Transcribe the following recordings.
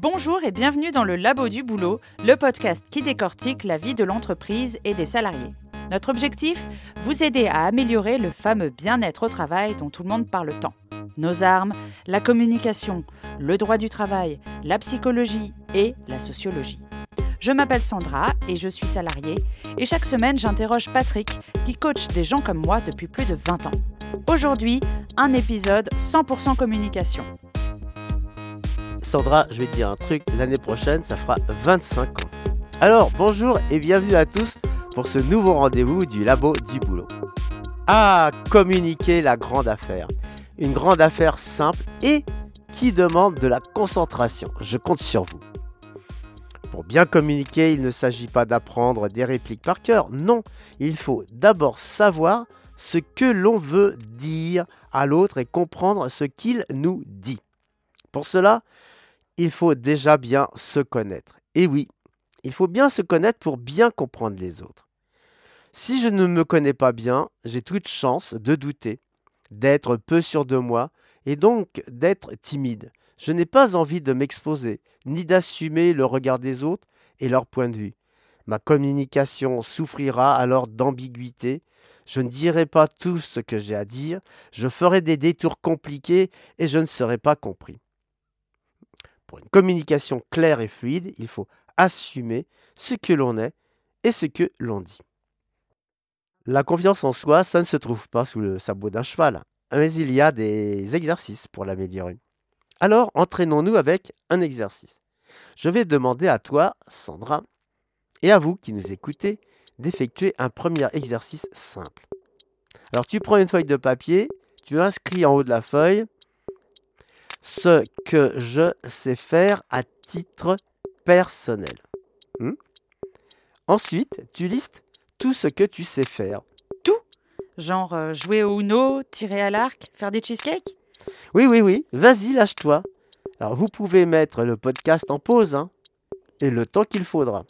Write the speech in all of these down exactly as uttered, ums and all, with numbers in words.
Bonjour et bienvenue dans le Labo du Boulot, le podcast qui décortique la vie de l'entreprise et des salariés. Notre objectif, vous aider à améliorer le fameux bien-être au travail dont tout le monde parle tant. Nos armes, la communication, le droit du travail, la psychologie et la sociologie. Je m'appelle Sandra et je suis salariée et chaque semaine j'interroge Patrick qui coach des gens comme moi depuis plus de vingt ans. Aujourd'hui, un épisode cent pour cent communication. Sandra, je vais te dire un truc, l'année prochaine, ça fera vingt-cinq ans. Alors, bonjour et bienvenue à tous pour ce nouveau rendez-vous du Labo du Boulot. Ah, communiquer, la grande affaire. Une grande affaire simple et qui demande de la concentration. Je compte sur vous. Pour bien communiquer, il ne s'agit pas d'apprendre des répliques par cœur. Non, il faut d'abord savoir ce que l'on veut dire à l'autre et comprendre ce qu'il nous dit. Pour cela, il faut déjà bien se connaître. Et oui, il faut bien se connaître pour bien comprendre les autres. Si je ne me connais pas bien, j'ai toute chance de douter, d'être peu sûr de moi et donc d'être timide. Je n'ai pas envie de m'exposer, ni d'assumer le regard des autres et leur point de vue. Ma communication souffrira alors d'ambiguïté. Je ne dirai pas tout ce que j'ai à dire, je ferai des détours compliqués et je ne serai pas compris. Pour une communication claire et fluide, il faut assumer ce que l'on est et ce que l'on dit. La confiance en soi, ça ne se trouve pas sous le sabot d'un cheval, mais il y a des exercices pour l'améliorer. Alors, entraînons-nous avec un exercice. Je vais demander à toi, Sandra, et à vous qui nous écoutez, d'effectuer un premier exercice simple. Alors, tu prends une feuille de papier, tu inscris en haut de la feuille ce que je sais faire à titre personnel. Hmm? Ensuite, tu listes tout ce que tu sais faire. Tout ? Genre euh, jouer au Uno, tirer à l'arc, faire des cheesecakes ? Oui, oui, oui, vas-y, lâche-toi. Alors, vous pouvez mettre le podcast en pause, hein, et le temps qu'il faudra.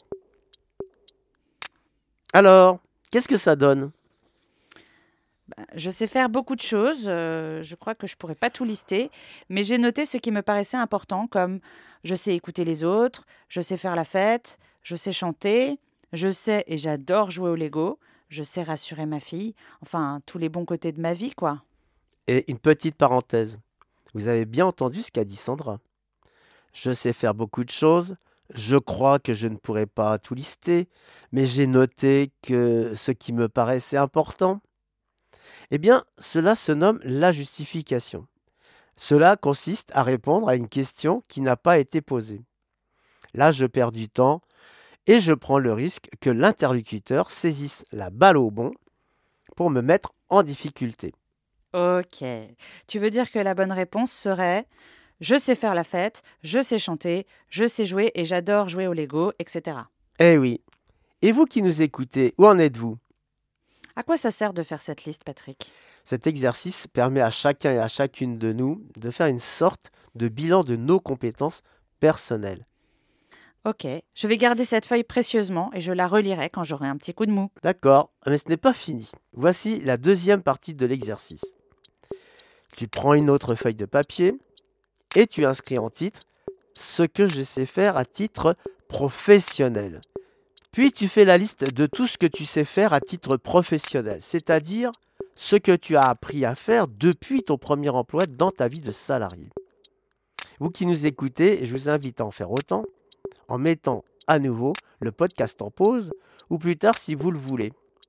Alors, qu'est-ce que ça donne ? Ben, je sais faire beaucoup de choses, euh, je crois que je pourrais pas tout lister, mais j'ai noté ce qui me paraissait important, comme je sais écouter les autres, je sais faire la fête, je sais chanter, je sais et j'adore jouer au Lego, je sais rassurer ma fille, enfin tous les bons côtés de ma vie, quoi. Et une petite parenthèse. Vous avez bien entendu ce qu'a dit Sandra. Je sais faire beaucoup de choses. Je crois que je ne pourrais pas tout lister, mais j'ai noté que ce qui me paraissait important. Eh bien, cela se nomme la justification. Cela consiste à répondre à une question qui n'a pas été posée. Là, je perds du temps et je prends le risque que l'interlocuteur saisisse la balle au bond pour me mettre en difficulté. Ok, tu veux dire que la bonne réponse serait « Je sais faire la fête, je sais chanter, je sais jouer et j'adore jouer au Lego, et cetera » Eh oui. Et vous qui nous écoutez, où en êtes-vous ? À quoi ça sert de faire cette liste, Patrick ? Cet exercice permet à chacun et à chacune de nous de faire une sorte de bilan de nos compétences personnelles. Ok, je vais garder cette feuille précieusement et je la relirai quand j'aurai un petit coup de mou. D'accord, mais ce n'est pas fini. Voici la deuxième partie de l'exercice. Tu prends une autre feuille de papier et tu inscris en titre ce que je sais faire à titre professionnel. Puis tu fais la liste de tout ce que tu sais faire à titre professionnel, c'est-à-dire ce que tu as appris à faire depuis ton premier emploi dans ta vie de salarié. Vous qui nous écoutez, je vous invite à en faire autant en mettant à nouveau le podcast en pause ou plus tard si vous le voulez.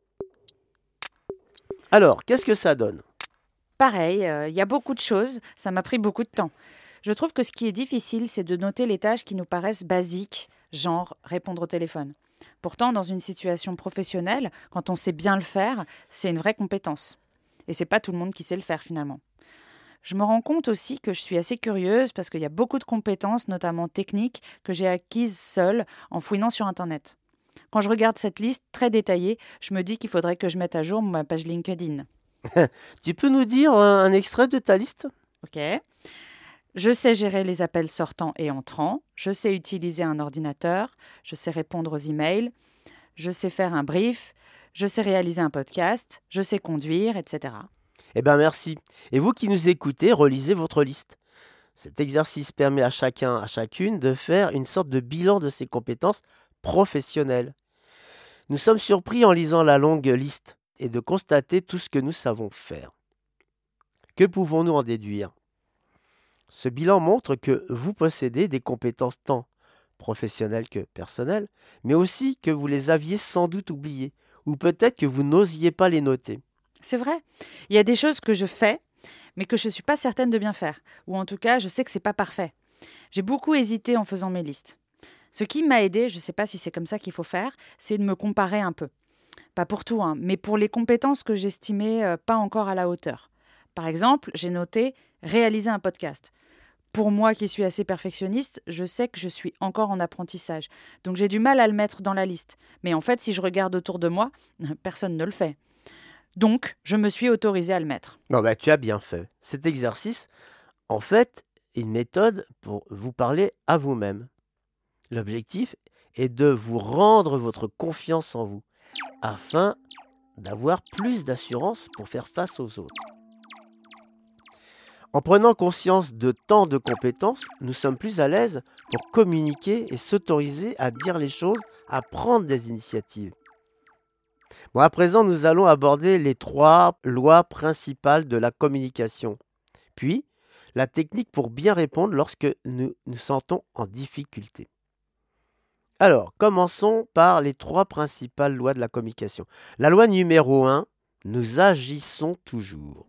Alors, qu'est-ce que ça donne ? Pareil, il euh, y a beaucoup de choses, ça m'a pris beaucoup de temps. Je trouve que ce qui est difficile, c'est de noter les tâches qui nous paraissent basiques, genre répondre au téléphone. Pourtant, dans une situation professionnelle, quand on sait bien le faire, c'est une vraie compétence. Et c'est pas tout le monde qui sait le faire finalement. Je me rends compte aussi que je suis assez curieuse parce qu'il y a beaucoup de compétences, notamment techniques, que j'ai acquises seule en fouinant sur Internet. Quand je regarde cette liste très détaillée, je me dis qu'il faudrait que je mette à jour ma page LinkedIn. Tu peux nous dire un, un extrait de ta liste ? Ok. Je sais gérer les appels sortants et entrants. Je sais utiliser un ordinateur. Je sais répondre aux emails. Je sais faire un brief. Je sais réaliser un podcast. Je sais conduire, et cetera. Eh bien, merci. Et vous qui nous écoutez, relisez votre liste. Cet exercice permet à chacun, à chacune, de faire une sorte de bilan de ses compétences professionnelles. Nous sommes surpris en lisant la longue liste et de constater tout ce que nous savons faire. Que pouvons-nous en déduire ? Ce bilan montre que vous possédez des compétences tant professionnelles que personnelles, mais aussi que vous les aviez sans doute oubliées, ou peut-être que vous n'osiez pas les noter. C'est vrai. Il y a des choses que je fais, mais que je ne suis pas certaine de bien faire. Ou en tout cas, je sais que ce n'est pas parfait. J'ai beaucoup hésité en faisant mes listes. Ce qui m'a aidé, je ne sais pas si c'est comme ça qu'il faut faire, c'est de me comparer un peu. Pas pour tout, hein, mais pour les compétences que j'estimais euh, pas encore à la hauteur. Par exemple, j'ai noté « réaliser un podcast ». Pour moi qui suis assez perfectionniste, je sais que je suis encore en apprentissage. Donc j'ai du mal à le mettre dans la liste. Mais en fait, si je regarde autour de moi, personne ne le fait. Donc, je me suis autorisée à le mettre. Non, bah, tu as bien fait. Cet exercice, en fait, est une méthode pour vous parler à vous-même. L'objectif est de vous rendre votre confiance en vous, afin d'avoir plus d'assurance pour faire face aux autres. En prenant conscience de tant de compétences, nous sommes plus à l'aise pour communiquer et s'autoriser à dire les choses, à prendre des initiatives. Bon, à présent, nous allons aborder les trois lois principales de la communication. Puis, la technique pour bien répondre lorsque nous nous sentons en difficulté. Alors, commençons par les trois principales lois de la communication. La loi numéro un, nous agissons toujours.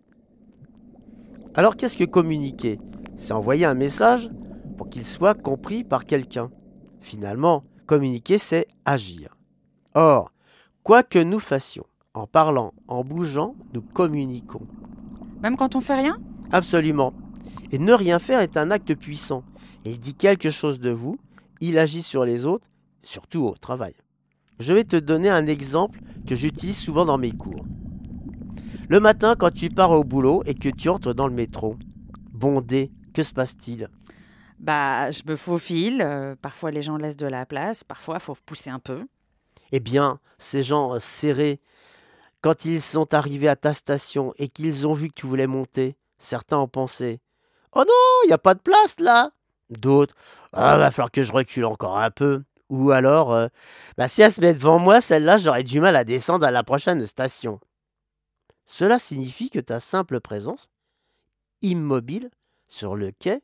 Alors, qu'est-ce que communiquer ? C'est envoyer un message pour qu'il soit compris par quelqu'un. Finalement, communiquer, c'est agir. Or, quoi que nous fassions, en parlant, en bougeant, nous communiquons. Même quand on fait rien ? Absolument. Et ne rien faire est un acte puissant. Il dit quelque chose de vous, il agit sur les autres, surtout au travail. Je vais te donner un exemple que j'utilise souvent dans mes cours. Le matin, quand tu pars au boulot et que tu entres dans le métro, bondé, que se passe-t-il ? Bah, je me faufile. Euh, parfois, les gens laissent de la place. Parfois, il faut pousser un peu. Eh bien, ces gens serrés, quand ils sont arrivés à ta station et qu'ils ont vu que tu voulais monter, certains ont pensé « Oh non, il n'y a pas de place là !» D'autres « Ah, va falloir que je recule encore un peu. » Ou alors euh, bah, « Si elle se met devant moi, celle-là, j'aurais du mal à descendre à la prochaine station. » Cela signifie que ta simple présence, immobile, sur le quai,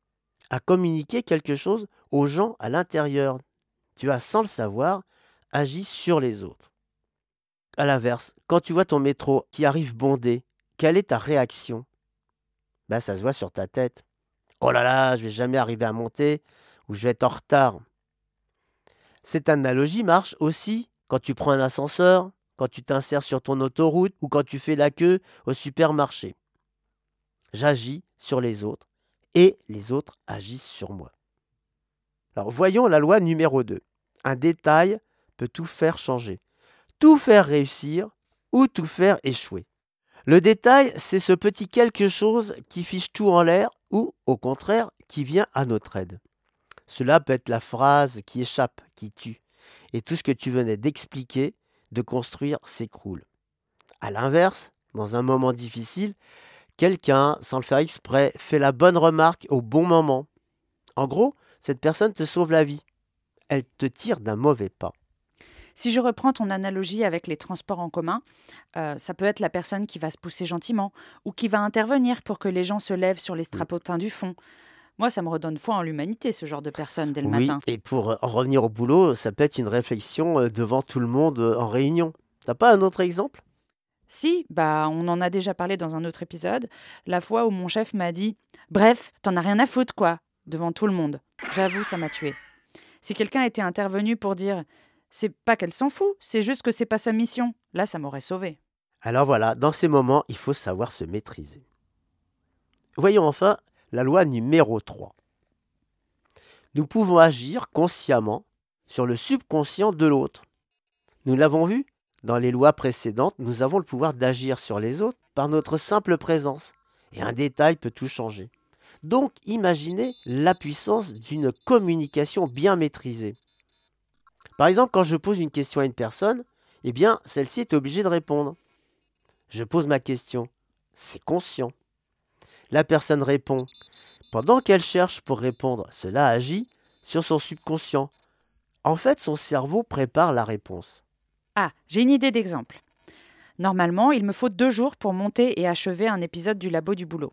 a communiqué quelque chose aux gens à l'intérieur. Tu as, sans le savoir, agi sur les autres. À l'inverse, quand tu vois ton métro qui arrive bondé, quelle est ta réaction ? Ben, ça se voit sur ta tête. Oh là là, je vais jamais arriver à monter, ou je vais être en retard. Cette analogie marche aussi quand tu prends un ascenseur, quand tu t'insères sur ton autoroute ou quand tu fais la queue au supermarché. J'agis sur les autres et les autres agissent sur moi. Alors voyons la loi numéro deux. Un détail peut tout faire changer, tout faire réussir ou tout faire échouer. Le détail, c'est ce petit quelque chose qui fiche tout en l'air ou, au contraire, qui vient à notre aide. Cela peut être la phrase qui échappe, qui tue, et tout ce que tu venais d'expliquer, de construire, s'écroule. À l'inverse, dans un moment difficile, quelqu'un, sans le faire exprès, fait la bonne remarque au bon moment. En gros, cette personne te sauve la vie. Elle te tire d'un mauvais pas. Si je reprends ton analogie avec les transports en commun, euh, ça peut être la personne qui va se pousser gentiment ou qui va intervenir pour que les gens se lèvent sur les strapotins du fond. Moi, ça me redonne foi en l'humanité, ce genre de personne, dès le oui, matin. Et pour en revenir au boulot, ça peut être une réflexion devant tout le monde en réunion. T'as pas un autre exemple ? Si, bah, on en a déjà parlé dans un autre épisode, la fois où mon chef m'a dit « Bref, t'en as rien à foutre, quoi !» devant tout le monde. J'avoue, ça m'a tué. Si quelqu'un était intervenu pour dire « C'est pas qu'elle s'en fout, c'est juste que c'est pas sa mission », là, ça m'aurait sauvé. Alors voilà, dans ces moments, il faut savoir se maîtriser. Voyons enfin la loi numéro trois. Nous pouvons agir consciemment sur le subconscient de l'autre. Nous l'avons vu, dans les lois précédentes, nous avons le pouvoir d'agir sur les autres par notre simple présence. Et un détail peut tout changer. Donc, imaginez la puissance d'une communication bien maîtrisée. Par exemple, quand je pose une question à une personne, eh bien, celle-ci est obligée de répondre. Je pose ma question. C'est conscient. La personne répond. Pendant qu'elle cherche pour répondre, cela agit sur son subconscient. En fait, son cerveau prépare la réponse. Ah, j'ai une idée d'exemple. Normalement, il me faut deux jours pour monter et achever un épisode du Labo du Boulot.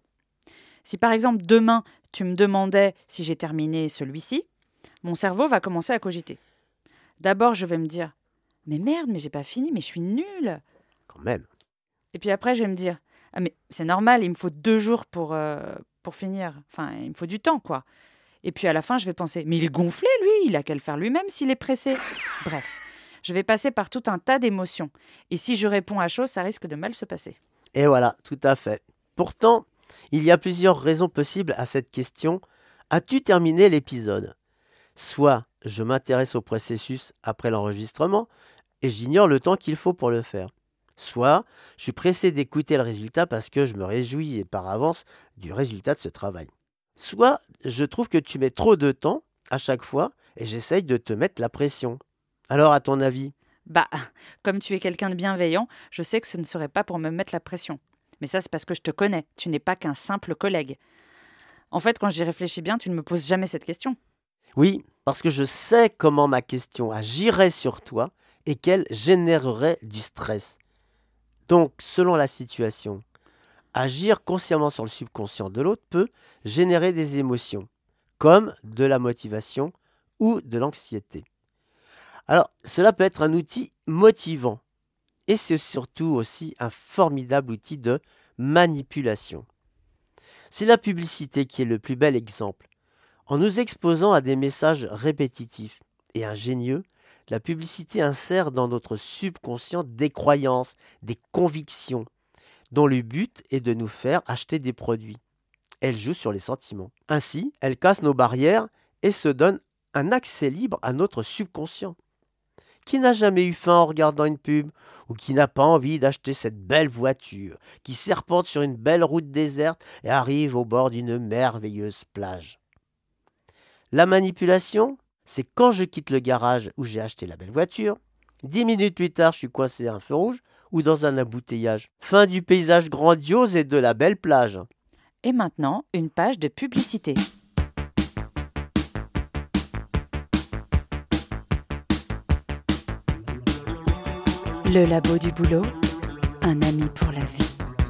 Si par exemple demain, tu me demandais si j'ai terminé celui-ci, mon cerveau va commencer à cogiter. D'abord, je vais me dire « Mais merde, mais j'ai pas fini, mais je suis nulle !» Quand même. Et puis après, je vais me dire « Ah mais c'est normal, il me faut deux jours pour, euh, pour finir. Enfin, il me faut du temps, quoi. » Et puis à la fin, je vais penser « Mais il est gonflé, lui, il a qu'à le faire lui-même s'il est pressé. » Bref, je vais passer par tout un tas d'émotions. Et si je réponds à chaud, ça risque de mal se passer. Et voilà, tout à fait. Pourtant, il y a plusieurs raisons possibles à cette question. As-tu terminé l'épisode ? Soit je m'intéresse au processus après l'enregistrement et j'ignore le temps qu'il faut pour le faire. Soit je suis pressé d'écouter le résultat parce que je me réjouis par avance du résultat de ce travail. Soit je trouve que tu mets trop de temps à chaque fois et j'essaye de te mettre la pression. Alors, à ton avis ? Bah, comme tu es quelqu'un de bienveillant, je sais que ce ne serait pas pour me mettre la pression. Mais ça, c'est parce que je te connais. Tu n'es pas qu'un simple collègue. En fait, quand j'y réfléchis bien, tu ne me poses jamais cette question. Oui, parce que je sais comment ma question agirait sur toi et qu'elle générerait du stress. Donc, selon la situation, agir consciemment sur le subconscient de l'autre peut générer des émotions, comme de la motivation ou de l'anxiété. Alors, cela peut être un outil motivant et c'est surtout aussi un formidable outil de manipulation. C'est la publicité qui est le plus bel exemple. En nous exposant à des messages répétitifs et ingénieux, la publicité insère dans notre subconscient des croyances, des convictions, dont le but est de nous faire acheter des produits. Elle joue sur les sentiments. Ainsi, elle casse nos barrières et se donne un accès libre à notre subconscient. Qui n'a jamais eu faim en regardant une pub ou qui n'a pas envie d'acheter cette belle voiture qui serpente sur une belle route déserte et arrive au bord d'une merveilleuse plage. La manipulation, c'est quand je quitte le garage où j'ai acheté la belle voiture, dix minutes plus tard je suis coincé à un feu rouge ou dans un embouteillage. Fin du paysage grandiose et de la belle plage. Et maintenant, une page de publicité. Le Labo du Boulot, un ami pour la vie.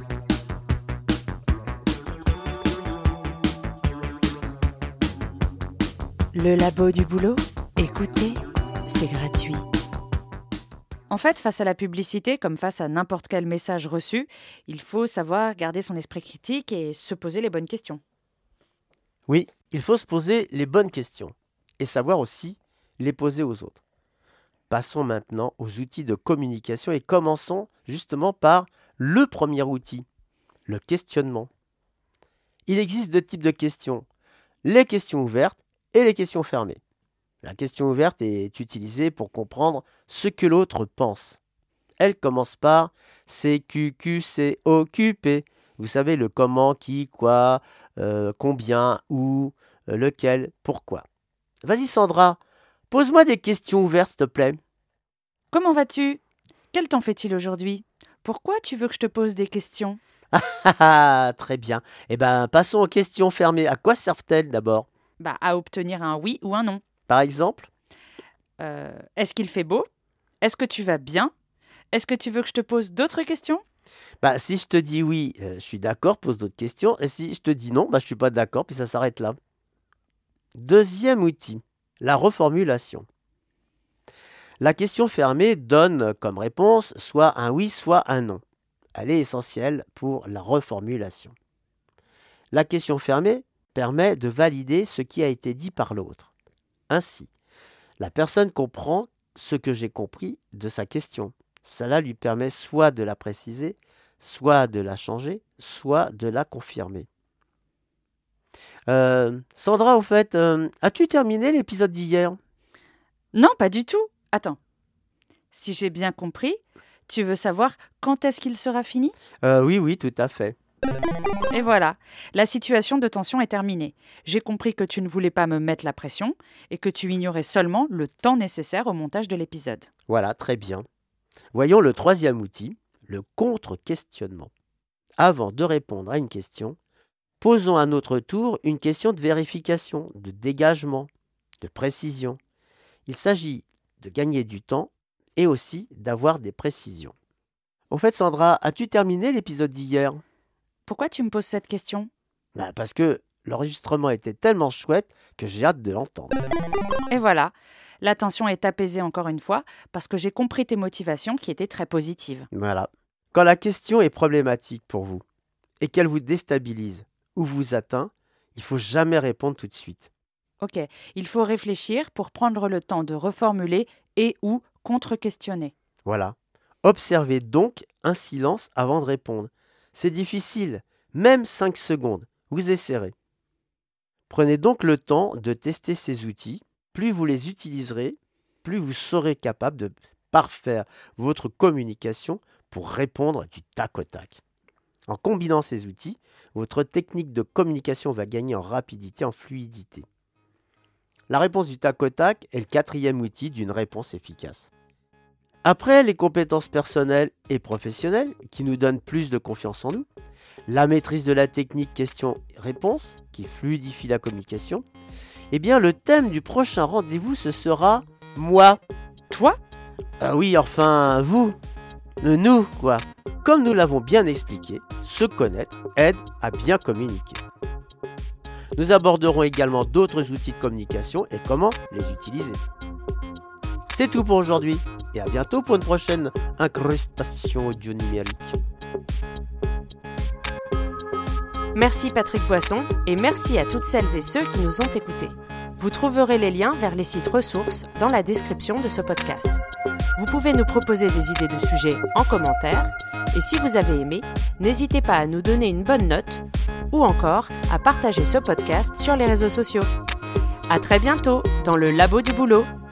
Le Labo du Boulot, écoutez, c'est gratuit. En fait, face à la publicité, comme face à n'importe quel message reçu, il faut savoir garder son esprit critique et se poser les bonnes questions. Oui, il faut se poser les bonnes questions et savoir aussi les poser aux autres. Passons maintenant aux outils de communication et commençons justement par le premier outil, le questionnement. Il existe deux types de questions, les questions ouvertes et les questions fermées. La question ouverte est utilisée pour comprendre ce que l'autre pense. Elle commence par C Q Q C O Q P. Vous savez, le comment, qui, quoi, euh, combien, où, euh, lequel, pourquoi. Vas-y Sandra, pose-moi des questions ouvertes s'il te plaît. Comment vas-tu ? Quel temps fait-il aujourd'hui ? Pourquoi tu veux que je te pose des questions ? Ah ah, très bien. Eh bien, passons aux questions fermées. À quoi servent-elles d'abord ? Bah, à obtenir un oui ou un non. Par exemple ? Euh, est-ce qu'il fait beau ? Est-ce que tu vas bien ? Est-ce que tu veux que je te pose d'autres questions ? Bah, si je te dis oui, euh, je suis d'accord, pose d'autres questions. Et si je te dis non, bah, je suis pas d'accord, puis ça s'arrête là. Deuxième outil, la reformulation. La question fermée donne comme réponse soit un oui, soit un non. Elle est essentielle pour la reformulation. La question fermée permet de valider ce qui a été dit par l'autre. Ainsi, la personne comprend ce que j'ai compris de sa question. Cela lui permet soit de la préciser, soit de la changer, soit de la confirmer. Euh, Sandra, au fait, euh, as-tu terminé l'épisode d'hier ? Non, pas du tout. Attends. Si j'ai bien compris, tu veux savoir quand est-ce qu'il sera fini ? euh, Oui, oui, tout à fait. Et voilà, la situation de tension est terminée. J'ai compris que tu ne voulais pas me mettre la pression et que tu ignorais seulement le temps nécessaire au montage de l'épisode. Voilà, très bien. Voyons le troisième outil, le contre-questionnement. Avant de répondre à une question, Posons à notre tour une question de vérification, de dégagement, de précision. Il s'agit de gagner du temps et aussi d'avoir des précisions. Au fait, Sandra, as-tu terminé l'épisode d'hier ? Pourquoi tu me poses cette question ? Ben parce que l'enregistrement était tellement chouette que j'ai hâte de l'entendre. Et voilà, la tension est apaisée encore une fois parce que j'ai compris tes motivations qui étaient très positives. Voilà. Quand la question est problématique pour vous et qu'elle vous déstabilise ou vous atteint, il ne faut jamais répondre tout de suite. Ok, il faut réfléchir pour prendre le temps de reformuler et ou contre-questionner. Voilà. Observez donc un silence avant de répondre. C'est difficile, même cinq secondes. Vous essaierez. Prenez donc le temps de tester ces outils. Plus vous les utiliserez, plus vous serez capable de parfaire votre communication pour répondre du tac au tac. En combinant ces outils, votre technique de communication va gagner en rapidité, en fluidité. La réponse du tac au tac est le quatrième outil d'une réponse efficace. Après les compétences personnelles et professionnelles qui nous donnent plus de confiance en nous, la maîtrise de la technique question-réponse qui fluidifie la communication, eh bien le thème du prochain rendez-vous ce sera « moi ». Toi ? Ah oui, enfin vous, euh, nous quoi. Comme nous l'avons bien expliqué, se connaître aide à bien communiquer. Nous aborderons également d'autres outils de communication et comment les utiliser. C'est tout pour aujourd'hui et à bientôt pour une prochaine incrustation audio numérique. Merci Patrick Poisson et merci à toutes celles et ceux qui nous ont écoutés. Vous trouverez les liens vers les sites ressources dans la description de ce podcast. Vous pouvez nous proposer des idées de sujets en commentaire et si vous avez aimé, n'hésitez pas à nous donner une bonne note ou encore à partager ce podcast sur les réseaux sociaux. À très bientôt dans le Labo du Boulot.